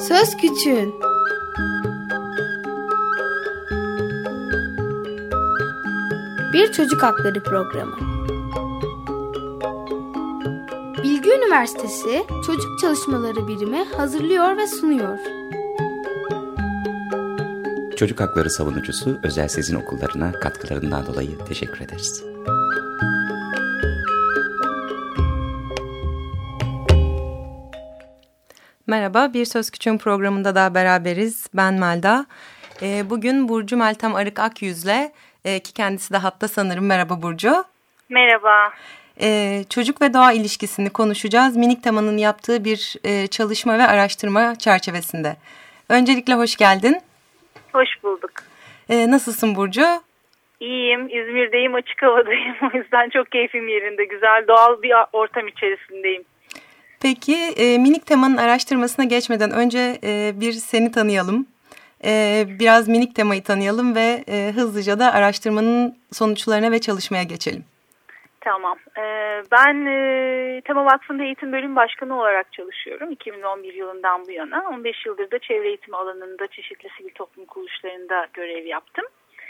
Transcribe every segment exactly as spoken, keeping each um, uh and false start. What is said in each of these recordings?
Söz Küçüğün. Bir çocuk hakları programı. Bilgi Üniversitesi Çocuk Çalışmaları Birimi hazırlıyor ve sunuyor. Çocuk hakları savunucusu Özel Sezin Okullarına katkılarından dolayı teşekkür ederiz. Merhaba, Bir Söz Küçüğün programında da beraberiz. Ben Melda. Bugün Burcu Meltem Arık Akyüz'le, ki kendisi de hatta sanırım. Merhaba Burcu. Merhaba. Çocuk ve doğa ilişkisini konuşacağız. Minik Tema'nın yaptığı bir çalışma ve araştırma çerçevesinde. Öncelikle hoş geldin. Hoş bulduk. Nasılsın Burcu? İyiyim, İzmir'deyim, açık havadayım. O yüzden çok keyfim yerinde, güzel, doğal bir ortam içerisindeyim. Peki, e, Minik Tema'nın araştırmasına geçmeden önce e, bir seni tanıyalım. E, biraz Minik Tema'yı tanıyalım ve e, hızlıca da araştırmanın sonuçlarına ve çalışmaya geçelim. Tamam. Ee, ben e, Tema Vakfı'nda eğitim bölüm başkanı olarak çalışıyorum. iki bin on bir yılından bu yana. on beş yıldır da çevre eğitimi alanında çeşitli sivil toplum kuruluşlarında görev yaptım.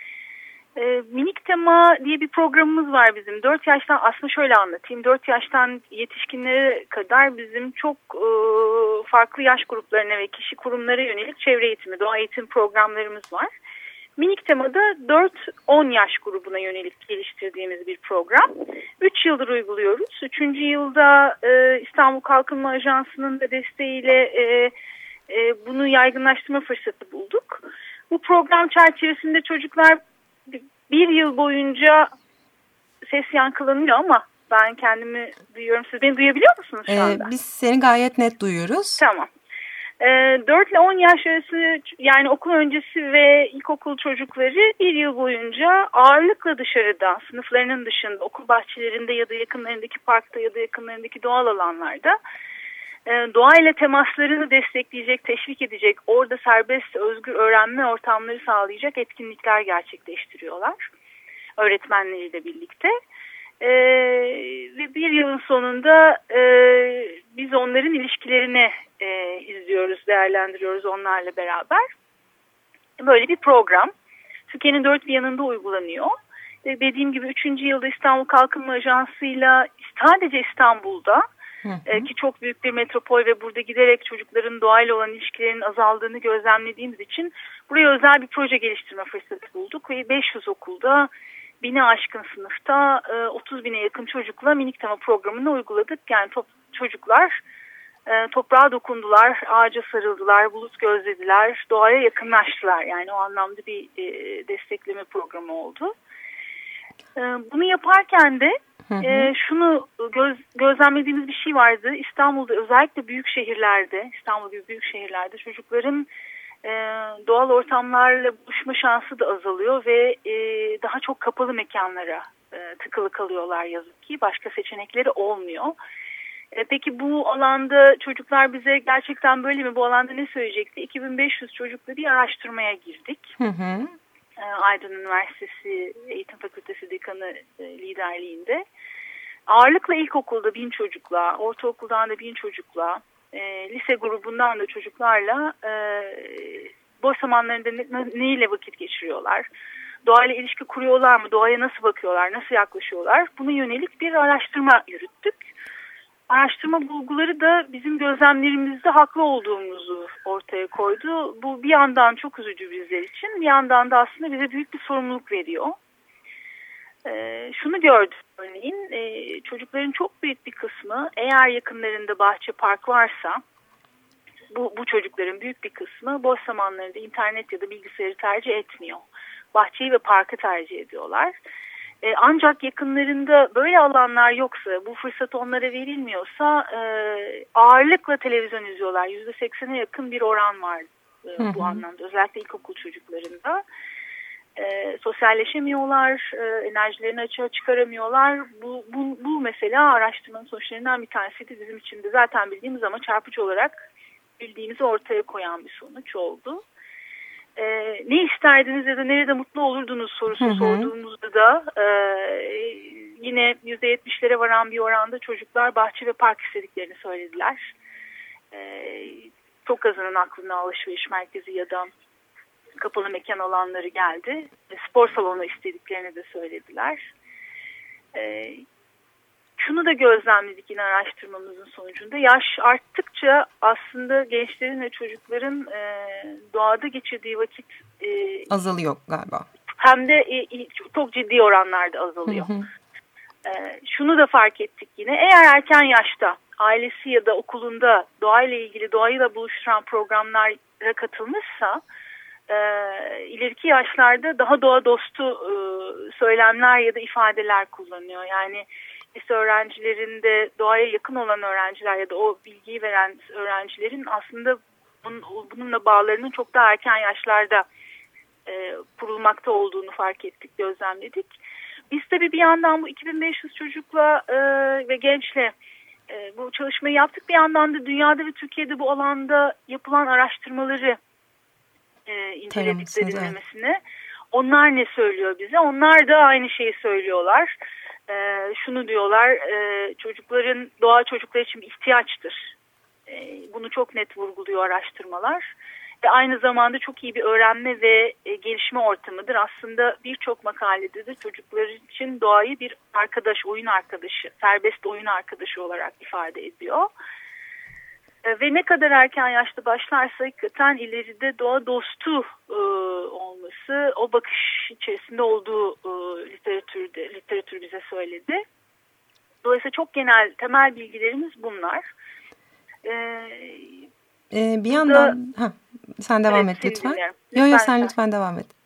Ee, Minik Tema diye bir programımız var bizim. dört yaştan, aslında şöyle anlatayım. dört yaştan yetişkinlere kadar bizim çok e, farklı yaş gruplarına ve kişi kurumlara yönelik çevre eğitimi, doğa eğitim programlarımız var. Minik Tema'da dört on yaş grubuna yönelik geliştirdiğimiz bir program. üç yıldır uyguluyoruz. üçüncü yılda e, İstanbul Kalkınma Ajansı'nın da desteğiyle e, e, bunu yaygınlaştırma fırsatı bulduk. Bu program çerçevesinde çocuklar bir yıl boyunca ses yankılanıyor ama ben kendimi duyuyorum. Siz beni duyabiliyor musunuz şu anda? Ee, biz seni gayet net duyuyoruz. Tamam. dört ile on yaş arası, yani okul öncesi ve ilkokul çocukları bir yıl boyunca ağırlıkla dışarıda, sınıflarının dışında, okul bahçelerinde ya da yakınlarındaki parkta ya da yakınlarındaki doğal alanlarda doğayla temaslarını destekleyecek, teşvik edecek, orada serbest, özgür öğrenme ortamları sağlayacak etkinlikler gerçekleştiriyorlar öğretmenleriyle birlikte. Ee, ve bir yılın sonunda e, biz onların ilişkilerini e, izliyoruz, değerlendiriyoruz onlarla beraber. Böyle bir program. Türkiye'nin dört bir yanında uygulanıyor. Ve dediğim gibi üçüncü yılda İstanbul Kalkınma Ajansı'yla sadece İstanbul'da, hı hı. E, ki çok büyük bir metropol ve burada giderek çocukların doğayla olan ilişkilerinin azaldığını gözlemlediğimiz için buraya özel bir proje geliştirme fırsatı bulduk. Ve beş yüz okulda, bini aşkın sınıfta otuz bine yakın çocukla Minik Tema programını uyguladık. Yani top, çocuklar e, toprağa dokundular, ağaca sarıldılar, bulut gözlediler, doğaya yakınlaştılar. Yani o anlamda bir e, destekleme programı oldu. E, bunu yaparken de e, şunu göz, gözlemlediğimiz bir şey vardı. İstanbul'da, özellikle büyük şehirlerde, İstanbul gibi büyük şehirlerde çocukların Ee, doğal ortamlarla buluşma şansı da azalıyor ve e, daha çok kapalı mekanlara e, tıkılı kalıyorlar yazık ki. Başka seçenekleri olmuyor. E, peki bu alanda çocuklar bize gerçekten böyle mi? Bu alanda ne söyleyecekti? iki bin beş yüz çocukla bir araştırmaya girdik. Hı hı. E, Aydın Üniversitesi Eğitim Fakültesi Dekanı e, liderliğinde. Ağırlıkla ilkokulda bin çocukla, ortaokuldan da bin çocukla, E, lise grubundan da çocuklarla e, boş zamanlarında ne, neyle vakit geçiriyorlar, doğayla ilişki kuruyorlar mı, doğaya nasıl bakıyorlar, nasıl yaklaşıyorlar, buna yönelik bir araştırma yürüttük. Araştırma bulguları da bizim gözlemlerimizde haklı olduğumuzu ortaya koydu. Bu bir yandan çok üzücü bizler için, bir yandan da aslında bize büyük bir sorumluluk veriyor. Ee, şunu gördüm örneğin, e, çocukların çok büyük bir kısmı, eğer yakınlarında bahçe, park varsa, bu, bu çocukların büyük bir kısmı boş zamanlarında internet ya da bilgisayarı tercih etmiyor. Bahçeyi ve parkı tercih ediyorlar. E, ancak yakınlarında böyle alanlar yoksa, bu fırsat onlara verilmiyorsa e, ağırlıkla televizyon izliyorlar. yüzde seksene yakın bir oran var e, hı hı. bu anlamda, özellikle ilkokul çocuklarında. E, sosyalleşemiyorlar, e, enerjilerini açığa çıkaramıyorlar. Bu, bu, bu mesela araştırmanın sonuçlarından bir tanesiydi. Bizim için de zaten bildiğimiz ama çarpıcı olarak bildiğimizi ortaya koyan bir sonuç oldu. E, ne isterdiniz ya da nerede mutlu olurdunuz sorusu hı hı. sorduğumuzda da e, yine yüzde yetmişlere varan bir oranda çocuklar bahçe ve park istediklerini söylediler. E, çok azının aklına alışveriş merkezi ya da kapalı mekan alanları geldi. Spor salonu istediklerini de söylediler. E, şunu da gözlemledik yine araştırmamızın sonucunda. Yaş arttıkça aslında gençlerin ve çocukların e, doğada geçirdiği vakit e, azalıyor galiba. Hem de e, çok ciddi oranlarda azalıyor. Hı hı. E, şunu da fark ettik yine. Eğer erken yaşta ailesi ya da okulunda doğayla ilgili, doğayla buluşturan programlara katılmışsa e, ileriki yaşlarda daha doğa dostu e, söylemler ya da ifadeler kullanıyor. Yani lise öğrencilerinde doğaya yakın olan öğrenciler ya da o bilgiyi veren öğrencilerin aslında bunun, bununla bağlarının çok daha erken yaşlarda e, kurulmakta olduğunu fark ettik, gözlemledik. Biz tabii bir yandan bu iki bin beş yüz çocukla e, ve gençle e, bu çalışmayı yaptık. Bir yandan da dünyada ve Türkiye'de bu alanda yapılan araştırmaları e, inceledik, derinlemesine. Onlar ne söylüyor bize? Onlar da aynı şeyi söylüyorlar. E, şunu diyorlar, e, çocukların, doğa çocuklar için bir ihtiyaçtır. E, bunu çok net vurguluyor araştırmalar. Ve aynı zamanda çok iyi bir öğrenme ve e, gelişme ortamıdır. Aslında birçok makalede de çocuklar için doğayı bir arkadaş, oyun arkadaşı, serbest oyun arkadaşı olarak ifade ediyor. E, ve ne kadar erken yaşta başlarsa hakikaten ileride doğa dostu e, olması, o bakış içerisinde olduğu e, literatürde, literatür bize söyledi. Dolayısıyla çok genel, temel bilgilerimiz bunlar. Evet. Ee, bir yandan heh, sen devam evet, et lütfen. Yok yok sen lütfen devam et.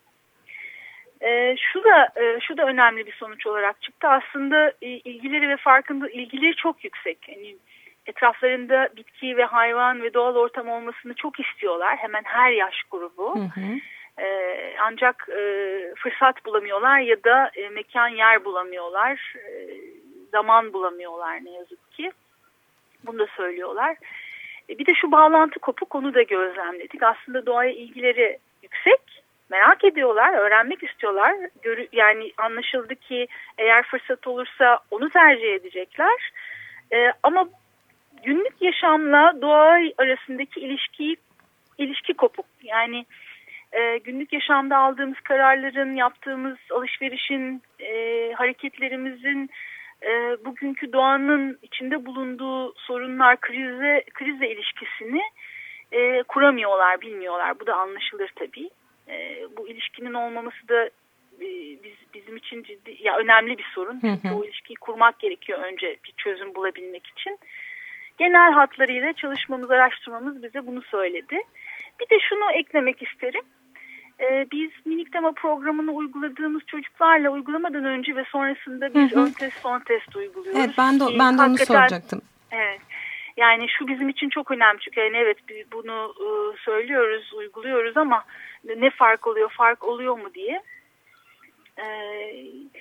Ee, şu da e, şu da önemli bir sonuç olarak çıktı. Aslında e, ilgileri ve farkında ilgileri çok yüksek. Yani etraflarında bitki ve hayvan ve doğal ortam olmasını çok istiyorlar. Hemen her yaş grubu. Hı hı. Ee, ancak e, fırsat bulamıyorlar ya da e, mekan yer bulamıyorlar. E, zaman bulamıyorlar ne yazık ki. Bunu da söylüyorlar. Bir de şu bağlantı kopuk, onu da gözlemledik. Aslında doğaya ilgileri yüksek, merak ediyorlar, öğrenmek istiyorlar. Yani anlaşıldı ki eğer fırsat olursa onu tercih edecekler. Ee, ama günlük yaşamla doğa arasındaki ilişkiyi, ilişki kopuk. Yani e, günlük yaşamda aldığımız kararların, yaptığımız alışverişin, e, hareketlerimizin, E, bugünkü doğanın içinde bulunduğu sorunlar, krize, krizle ilişkisini e, kuramıyorlar, bilmiyorlar. Bu da anlaşılır tabii. E, bu ilişkinin olmaması da e, biz, bizim için ciddi, ya önemli bir sorun. Çünkü hı hı. o ilişkiyi kurmak gerekiyor önce bir çözüm bulabilmek için. Genel hatlarıyla çalışmamız, araştırmamız bize bunu söyledi. Bir de şunu eklemek isterim. Biz minik tema programını uyguladığımız çocuklarla uygulamadan önce ve sonrasında bir ön test, son test uyguluyoruz. Evet, ben de, ben de onu soracaktım. Evet. Yani şu bizim için çok önemli çünkü yani evet biz bunu ıı, söylüyoruz, uyguluyoruz ama ne fark oluyor, fark oluyor mu diye. Ee,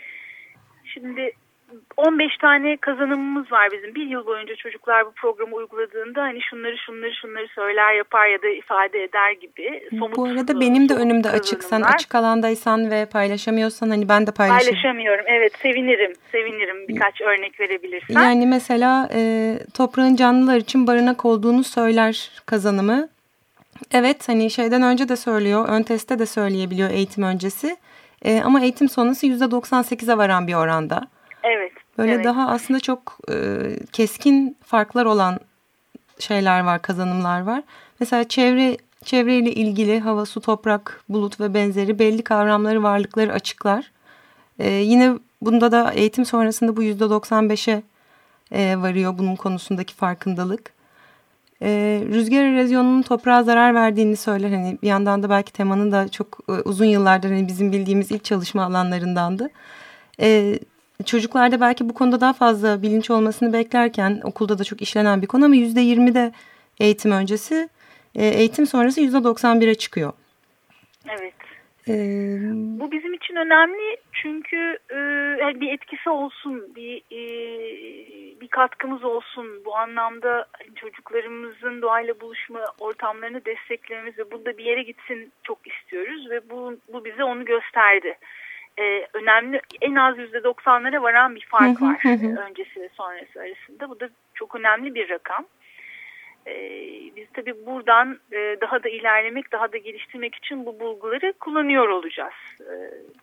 şimdi on beş tane kazanımımız var bizim. Bir yıl boyunca çocuklar bu programı uyguladığında hani şunları şunları şunları söyler, yapar ya da ifade eder gibi. Somut, bu arada benim de önümde açık. Sen açık alandaysan ve paylaşamıyorsan hani ben de paylaşayım. Paylaşamıyorum. Evet, sevinirim. Sevinirim birkaç örnek verebilirsen. Yani mesela e, toprağın canlılar için barınak olduğunu söyler kazanımı. Evet, hani şeyden önce de söylüyor, ön testte de söyleyebiliyor eğitim öncesi. E, ama eğitim sonrası yüzde doksan sekize varan bir oranda. Evet. Böyle evet. daha aslında çok e, keskin farklar olan şeyler var, kazanımlar var. Mesela çevre çevreyle ilgili hava, su, toprak, bulut ve benzeri belli kavramları, varlıkları açıklar. E, yine bunda da eğitim sonrasında bu yüzde doksan beşe e, varıyor bunun konusundaki farkındalık. E, rüzgar erozyonunun toprağa zarar verdiğini söyler. Hani bir yandan da belki temanın da çok e, uzun yıllardır hani bizim bildiğimiz ilk çalışma alanlarındandı. E, Çocuklarda belki bu konuda daha fazla bilinç olmasını beklerken okulda da çok işlenen bir konu ama yüzde yirmide eğitim öncesi, eğitim sonrası yüzde doksan bire çıkıyor. Evet. Ee, bu bizim için önemli çünkü e, bir etkisi olsun, bir e, bir katkımız olsun. Bu anlamda çocuklarımızın doğayla buluşma ortamlarını desteklememiz ve burada bir yere gitsin çok istiyoruz ve bu bu bize onu gösterdi. Ee, önemli, en az yüzde doksanlara varan bir fark var öncesi ve sonrası arasında. Bu da çok önemli bir rakam. E, biz tabii buradan e, daha da ilerlemek, daha da geliştirmek için bu bulguları kullanıyor olacağız. E,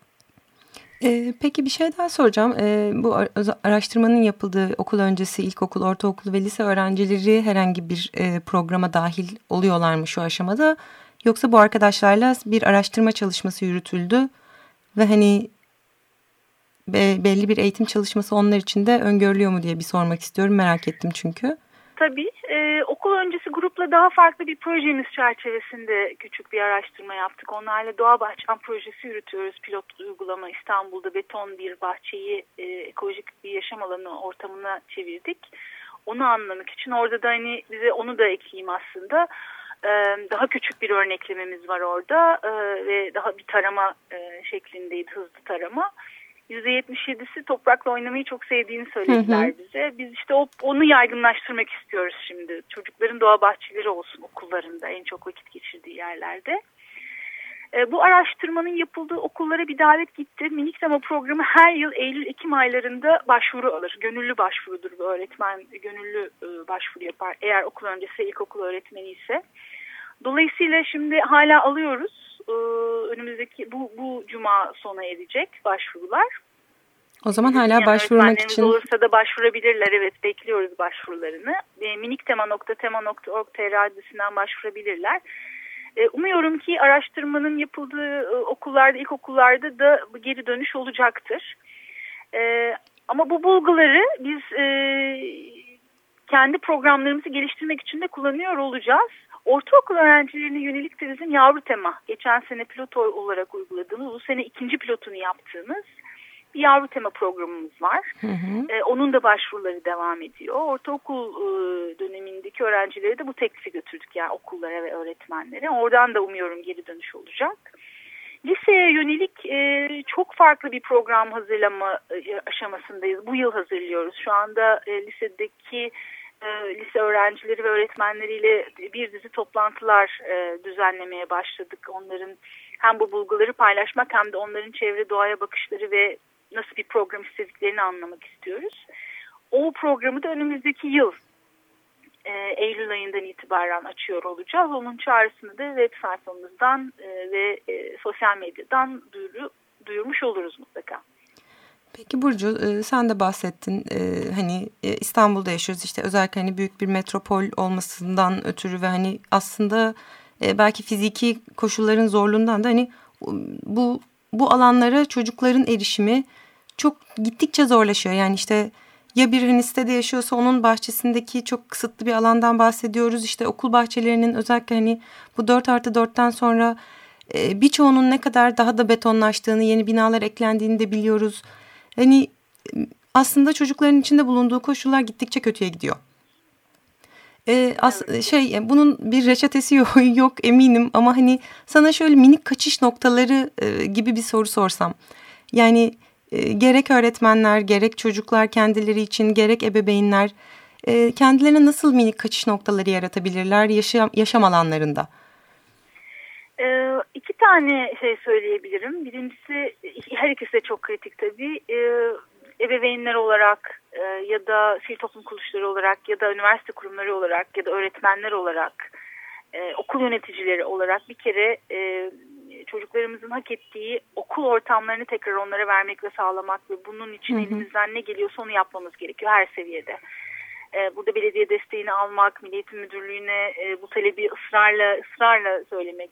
Ee, peki bir şey daha soracağım. Ee, bu araştırmanın yapıldığı okul öncesi, ilkokul, ortaokul ve lise öğrencileri herhangi bir e, programa dahil oluyorlar mı şu aşamada? Yoksa bu arkadaşlarla bir araştırma çalışması yürütüldü ve hani be, belli bir eğitim çalışması onlar için de öngörülüyor mu diye bir sormak istiyorum. Merak ettim çünkü. Tabii. E, okul öncesi grupla daha farklı bir projemiz çerçevesinde küçük bir araştırma yaptık. Onlarla Doğa Bahçem projesi yürütüyoruz. Pilot uygulama İstanbul'da beton bir bahçeyi e, ekolojik bir yaşam alanı ortamına çevirdik. Onu anlamak için orada da hani bize onu da ekleyeyim aslında. E, daha küçük bir örneklememiz var orada e, ve daha bir tarama e, şeklindeydi, hızlı tarama. yüzde yetmiş yedisi toprakla oynamayı çok sevdiğini söylediler hı hı. bize. Biz işte o, onu yaygınlaştırmak istiyoruz şimdi. Çocukların doğa bahçeleri olsun okullarında, en çok vakit geçirdiği yerlerde. E, bu araştırmanın yapıldığı okullara bir davet gitti. Minik Tema programı her yıl Eylül-Ekim aylarında başvuru alır. Gönüllü başvurudur bu, öğretmen gönüllü e, başvuru yapar. Eğer okul öncesi ilkokul öğretmeni ise. Dolayısıyla şimdi hala alıyoruz. Önümüzdeki bu, bu cuma sona erecek başvurular. O zaman hala yani başvurmak için olursa da başvurabilirler. Evet, bekliyoruz başvurularını. E, miniktema nokta tema nokta org nokta tr adresinden başvurabilirler. E, umuyorum ki araştırmanın yapıldığı e, okullarda, ilkokullarda da geri dönüş olacaktır. E, ama bu bulguları biz e, kendi programlarımızı geliştirmek için de kullanıyor olacağız. Ortaokul öğrencilerine yönelik de bizim yavru tema, geçen sene pilot olarak uyguladığımız, bu sene ikinci pilotunu yaptığımız bir yavru tema programımız var. Hı hı. Ee, onun da başvuruları devam ediyor. Ortaokul e, dönemindeki öğrencilere de bu teklifi götürdük, yani okullara ve öğretmenlere. Oradan da umuyorum geri dönüş olacak. Liseye yönelik e, çok farklı bir program hazırlama e, aşamasındayız. Bu yıl hazırlıyoruz. Şu anda e, lisedeki lise öğrencileri ve öğretmenleriyle bir dizi toplantılar e, düzenlemeye başladık. Onların hem bu bulguları paylaşmak hem de onların çevre doğaya bakışları ve nasıl bir program istediklerini anlamak istiyoruz. O programı da önümüzdeki yıl e, Eylül ayından itibaren açıyor olacağız. Onun çağrısını da web sayfamızdan e, ve e, sosyal medyadan duyuru, duyurmuş oluruz mutlaka. Peki Burcu, sen de bahsettin, hani İstanbul'da yaşıyoruz, işte özellikle hani büyük bir metropol olmasından ötürü ve hani aslında belki fiziki koşulların zorluğundan da hani bu bu alanlara çocukların erişimi çok gittikçe zorlaşıyor. Yani işte ya bir hani sitede yaşıyorsa onun bahçesindeki çok kısıtlı bir alandan bahsediyoruz. İşte okul bahçelerinin özellikle hani bu dört artı dörtten sonra birçoğunun ne kadar daha da betonlaştığını, yeni binalar eklendiğini de biliyoruz. Hani aslında çocukların içinde bulunduğu koşullar gittikçe kötüye gidiyor. Ee, as evet. Şey, bunun bir reçetesi yok, yok eminim ama hani sana şöyle minik kaçış noktaları e, gibi bir soru sorsam. Yani e, gerek öğretmenler, gerek çocuklar kendileri için, gerek ebeveynler e, kendilerine nasıl minik kaçış noktaları yaratabilirler yaşam, yaşam alanlarında? Ee, iki tane şey söyleyebilirim. Birincisi, her ikisi de çok kritik tabii. Ee, ebeveynler olarak e, ya da sivil toplum kuruluşları olarak ya da üniversite kurumları olarak ya da öğretmenler olarak, e, okul yöneticileri olarak bir kere e, çocuklarımızın hak ettiği okul ortamlarını tekrar onlara vermek ve sağlamak ve bunun için hı hı. elimizden ne geliyorsa onu yapmamız gerekiyor her seviyede. Burada belediye desteğini almak, Milli Eğitim Müdürlüğü'ne bu talebi ısrarla ısrarla söylemek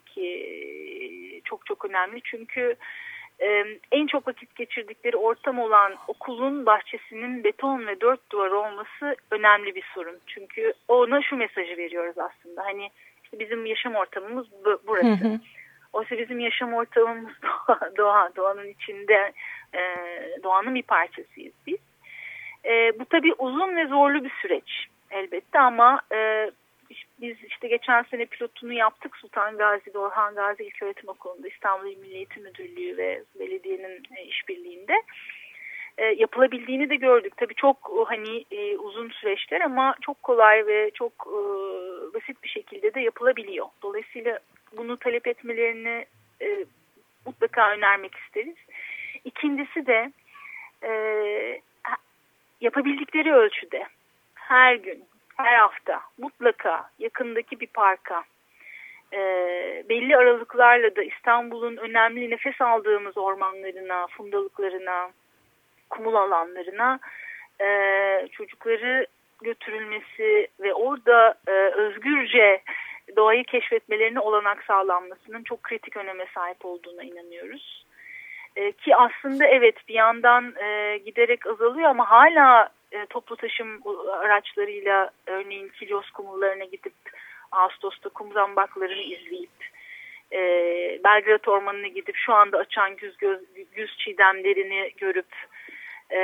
çok çok önemli. Çünkü en çok vakit geçirdikleri ortam olan okulun bahçesinin beton ve dört duvar olması önemli bir sorun. Çünkü ona şu mesajı veriyoruz aslında. Hani işte bizim yaşam ortamımız burası. Hı hı. Oysa bizim yaşam ortamımız doğa, doğa doğanın içinde, doğanın bir parçasıyız biz. E, bu tabii uzun ve zorlu bir süreç elbette ama e, biz işte geçen sene pilotunu yaptık Sultan Gazi'de, Orhan Gazi İlköğretim Okulu'nda, İstanbul İl Milli Eğitim Müdürlüğü ve belediyenin e, işbirliğinde e, yapılabildiğini de gördük. Tabii çok hani e, uzun süreçler ama çok kolay ve çok e, basit bir şekilde de yapılabiliyor. Dolayısıyla bunu talep etmelerini e, mutlaka önermek isteriz. İkincisi de e, yapabildikleri ölçüde her gün her hafta mutlaka yakındaki bir parka, e, belli aralıklarla da İstanbul'un önemli nefes aldığımız ormanlarına, fundalıklarına, kumul alanlarına e, çocukları götürülmesi ve orada e, özgürce doğayı keşfetmelerine olanak sağlanmasının çok kritik öneme sahip olduğuna inanıyoruz. E, ki aslında evet bir yandan e, giderek azalıyor ama hala e, toplu taşım araçlarıyla örneğin Kilyos kumullarına gidip Ağustos'ta kum zambaklarını izleyip e, Belgrad Ormanı'na gidip şu anda açan güz, göz, güz çiğdemlerini görüp e,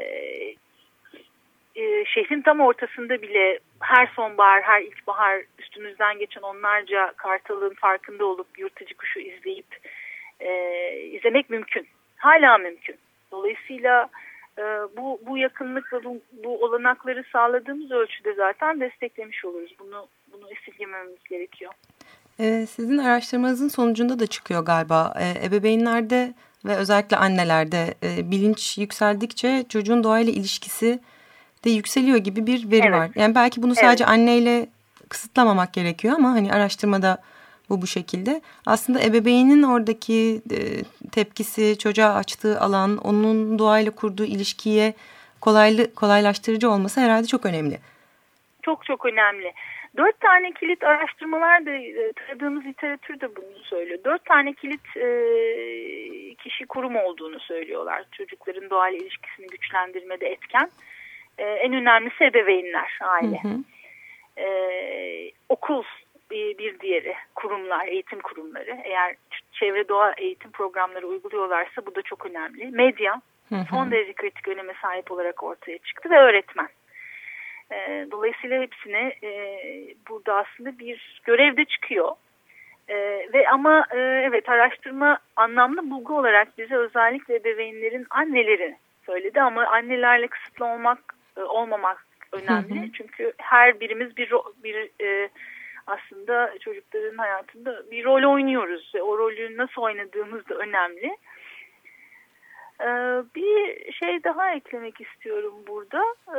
e, şehrin tam ortasında bile her sonbahar, her ilkbahar üstümüzden geçen onlarca kartalın farkında olup yırtıcı kuşu izleyip e, izlemek mümkün. Hala mümkün. Dolayısıyla e, bu, bu yakınlık ve bu, bu olanakları sağladığımız ölçüde zaten desteklemiş oluruz. Bunu, bunu esirgememiz gerekiyor. Ee, sizin araştırmanızın sonucunda da çıkıyor galiba. Ee, ebeveynlerde ve özellikle annelerde e, bilinç yükseldikçe çocuğun doğayla ilişkisi de yükseliyor gibi bir veri evet. var. Yani belki bunu sadece evet. anneyle kısıtlamamak gerekiyor ama hani araştırmada bu bu şekilde. Aslında ebeveynin oradaki e, tepkisi, çocuğa açtığı alan, onun doğayla kurduğu ilişkiye kolaylı, kolaylaştırıcı olması herhalde çok önemli. Çok çok önemli. Dört tane kilit araştırmalar da e, taradığımız literatür de bunu söylüyor. Dört tane kilit e, kişi kurum olduğunu söylüyorlar. Çocukların doğayla ilişkisini güçlendirmede etken. E, en önemlisi ebeveynler, aile. Hı hı. E, okul bir, bir diğeri, kurumlar, eğitim kurumları. Eğer çevre doğa eğitim programları uyguluyorlarsa bu da çok önemli. Medya hı hı. son derece kritik öneme sahip olarak ortaya çıktı ve öğretmen. E, dolayısıyla hepsine e, burada aslında bir görevde çıkıyor. E, ve ama e, evet araştırma anlamlı bulgu olarak bize özellikle ebeveynlerin anneleri söyledi ama annelerle kısıtlı olmak e, olmamak önemli. Hı hı. Çünkü her birimiz bir bir e, aslında çocukların hayatında bir rol oynuyoruz ve o rolü nasıl oynadığımız da önemli. E, bir şey daha eklemek istiyorum burada. E,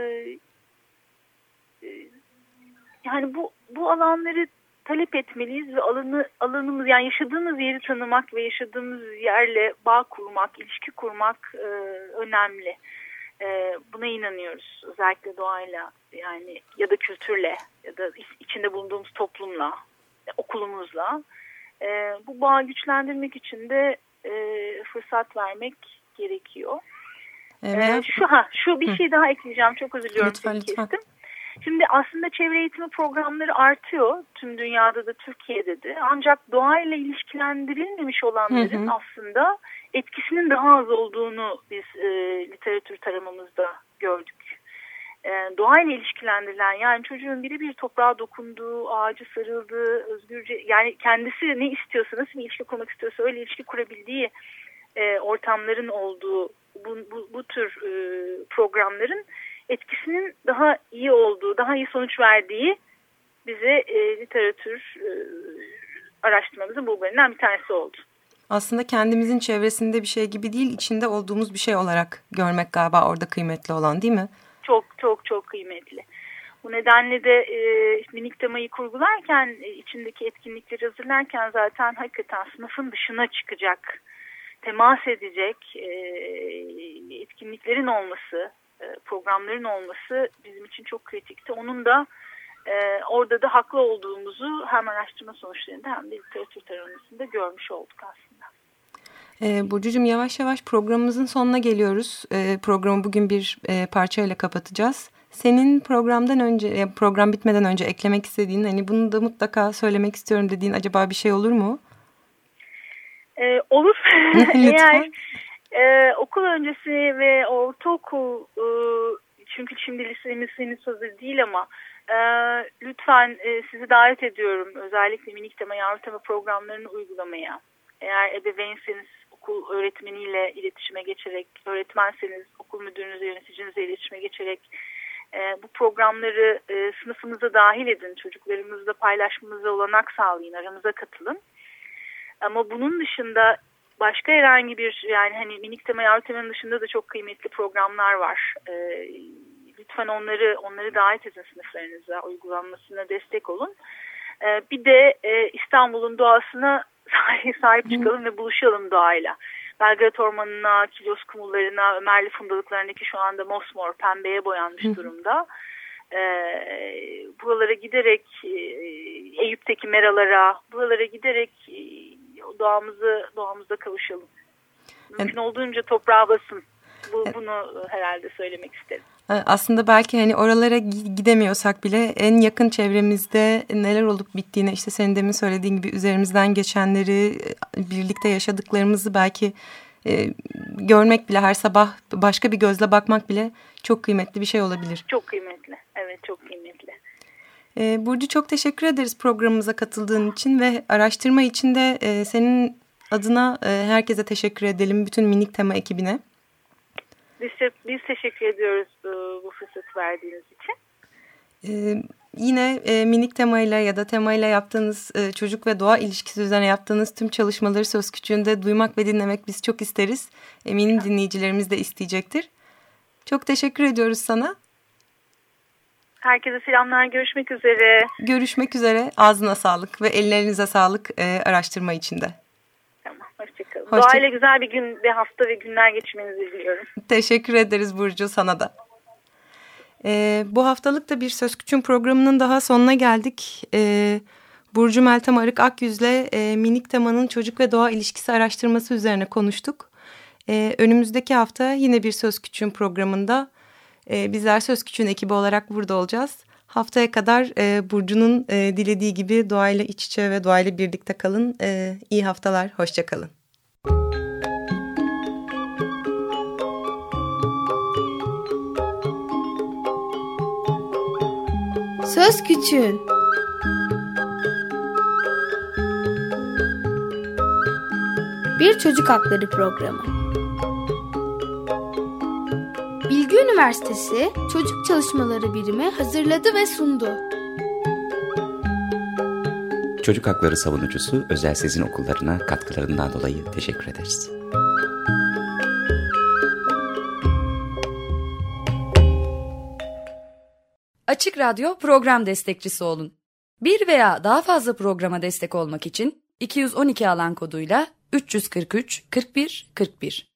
Yani bu bu alanları talep etmeliyiz ve alanı alanımız yani yaşadığımız yeri tanımak ve yaşadığımız yerle bağ kurmak, ilişki kurmak e, önemli. E, buna inanıyoruz. Özellikle doğayla yani ya da kültürle ya da içinde bulunduğumuz toplumla, okulumuzla. E, bu bağı güçlendirmek için de e, fırsat vermek gerekiyor. Evet. E, şu ha şu bir Hı. şey daha ekleyeceğim. Çok özür diliyorum. Lütfen lütfen. Kestim. Şimdi aslında çevre eğitimi programları artıyor. Tüm dünyada da Türkiye'de de. Ancak doğayla ilişkilendirilmemiş olanların hı hı. aslında etkisinin daha az olduğunu biz e, literatür taramamızda gördük. E, doğayla ilişkilendirilen yani çocuğun biri bir toprağa dokunduğu, ağacı sarıldığı, özgürce yani kendisi ne istiyorsa, nasıl bir ilişki kurmak istiyorsa öyle ilişki kurabildiği e, ortamların olduğu bu, bu, bu tür e, programların etkisinin daha iyi olduğu, daha iyi sonuç verdiği bize e, literatür e, araştırmamızın bulgularından bir tanesi oldu. Aslında kendimizin çevresinde bir şey gibi değil, içinde olduğumuz bir şey olarak görmek galiba orada kıymetli olan, değil mi? Çok çok çok kıymetli. Bu nedenle de e, minik temayı kurgularken, e, içindeki etkinlikleri hazırlarken zaten hakikaten sınıfın dışına çıkacak, temas edecek e, etkinliklerin olması, programların olması bizim için çok kritikti. Onun da e, orada da haklı olduğumuzu hem araştırma sonuçlarında hem de literatür taramasında görmüş olduk aslında. E, Burcucuğum yavaş yavaş programımızın sonuna geliyoruz. E, programı bugün bir e, parçayla kapatacağız. Senin programdan önce, program bitmeden önce eklemek istediğin, hani bunu da mutlaka söylemek istiyorum dediğin acaba bir şey olur mu? E, olur. Eğer Ee, okul öncesi ve ortaokul e, çünkü şimdi lisemiz henüz hazır değil ama e, lütfen e, sizi davet ediyorum özellikle minik tema yavru tema programlarını uygulamaya. Eğer ebeveynseniz okul öğretmeniyle iletişime geçerek, öğretmenseniz okul müdürünüzle, yöneticinizle iletişime geçerek e, bu programları e, sınıfınıza dahil edin, çocuklarımızla paylaşmamıza olanak sağlayın, aramıza katılın. Ama bunun dışında başka herhangi bir yani hani minik tema yavru temanın dışında da çok kıymetli programlar var. Ee, lütfen onları onları davet edin sınıflarınıza, uygulanmasına destek olun. E, bir de e, İstanbul'un doğasına sahip çıkalım ve buluşalım doğayla. Belgrad Ormanı'na, Kilyos kumullarına, Ömerli fundalıklarındaki şu anda mosmor, pembeye boyanmış Hı. durumda. Ee, buralara giderek, e, Eyüp'teki meralara, buralara giderek e, doğamızı doğamıza kavuşalım. Mümkün evet. olduğunca toprağa basın. Bu, evet. Bunu herhalde söylemek isterim. Aslında belki hani oralara gidemiyorsak bile en yakın çevremizde neler olup bittiğine, işte senin demin söylediğin gibi üzerimizden geçenleri, birlikte yaşadıklarımızı belki e, görmek bile, her sabah başka bir gözle bakmak bile çok kıymetli bir şey olabilir. Çok kıymetli. Evet, çok kıymetli. E, Burcu, çok teşekkür ederiz programımıza katıldığın için ve araştırma için de e, senin adına e, herkese teşekkür edelim, bütün Minik Tema ekibine. Biz, biz teşekkür ediyoruz bu fırsatı verdiğiniz için. Ee, yine e, Minik Tema'yla ya da Tema'yla yaptığınız e, çocuk ve doğa ilişkisi üzerine yaptığınız tüm çalışmaları Söz Küçüğü'nde duymak ve dinlemek biz çok isteriz. Eminim dinleyicilerimiz de isteyecektir. Çok teşekkür ediyoruz sana. Herkese selamlar, görüşmek üzere. Görüşmek üzere, ağzına sağlık ve ellerinize sağlık e, araştırma içinde. Hoşçakalın. Hoşça... Doğayla güzel bir gün ve hafta ve günler geçirmenizi diliyorum. Teşekkür ederiz Burcu, sana da. Ee, bu haftalık da bir Söz Küçüğün programının daha sonuna geldik. Ee, Burcu Meltem Arık Akyüz'le e, Minik Tema'nın çocuk ve doğa ilişkisi araştırması üzerine konuştuk. Ee, önümüzdeki hafta yine bir Söz Küçüğün programında e, bizler Söz Küçüğün ekibi olarak burada olacağız. Haftaya kadar e, Burcu'nun e, dilediği gibi doğayla iç içe ve doğayla birlikte kalın. E, iyi haftalar, hoşça kalın. Söz Küçüğün. Bir çocuk hakları programı. Bilgi Üniversitesi Çocuk Çalışmaları Birimi hazırladı ve sundu. Çocuk hakları savunucusu Özel Sezin Okullarına katkılarından dolayı teşekkür ederiz. Açık Radyo program destekçisi olun. Bir veya daha fazla programa destek olmak için iki yüz on iki alan koduyla üç yüz kırk üç kırk bir kırk bir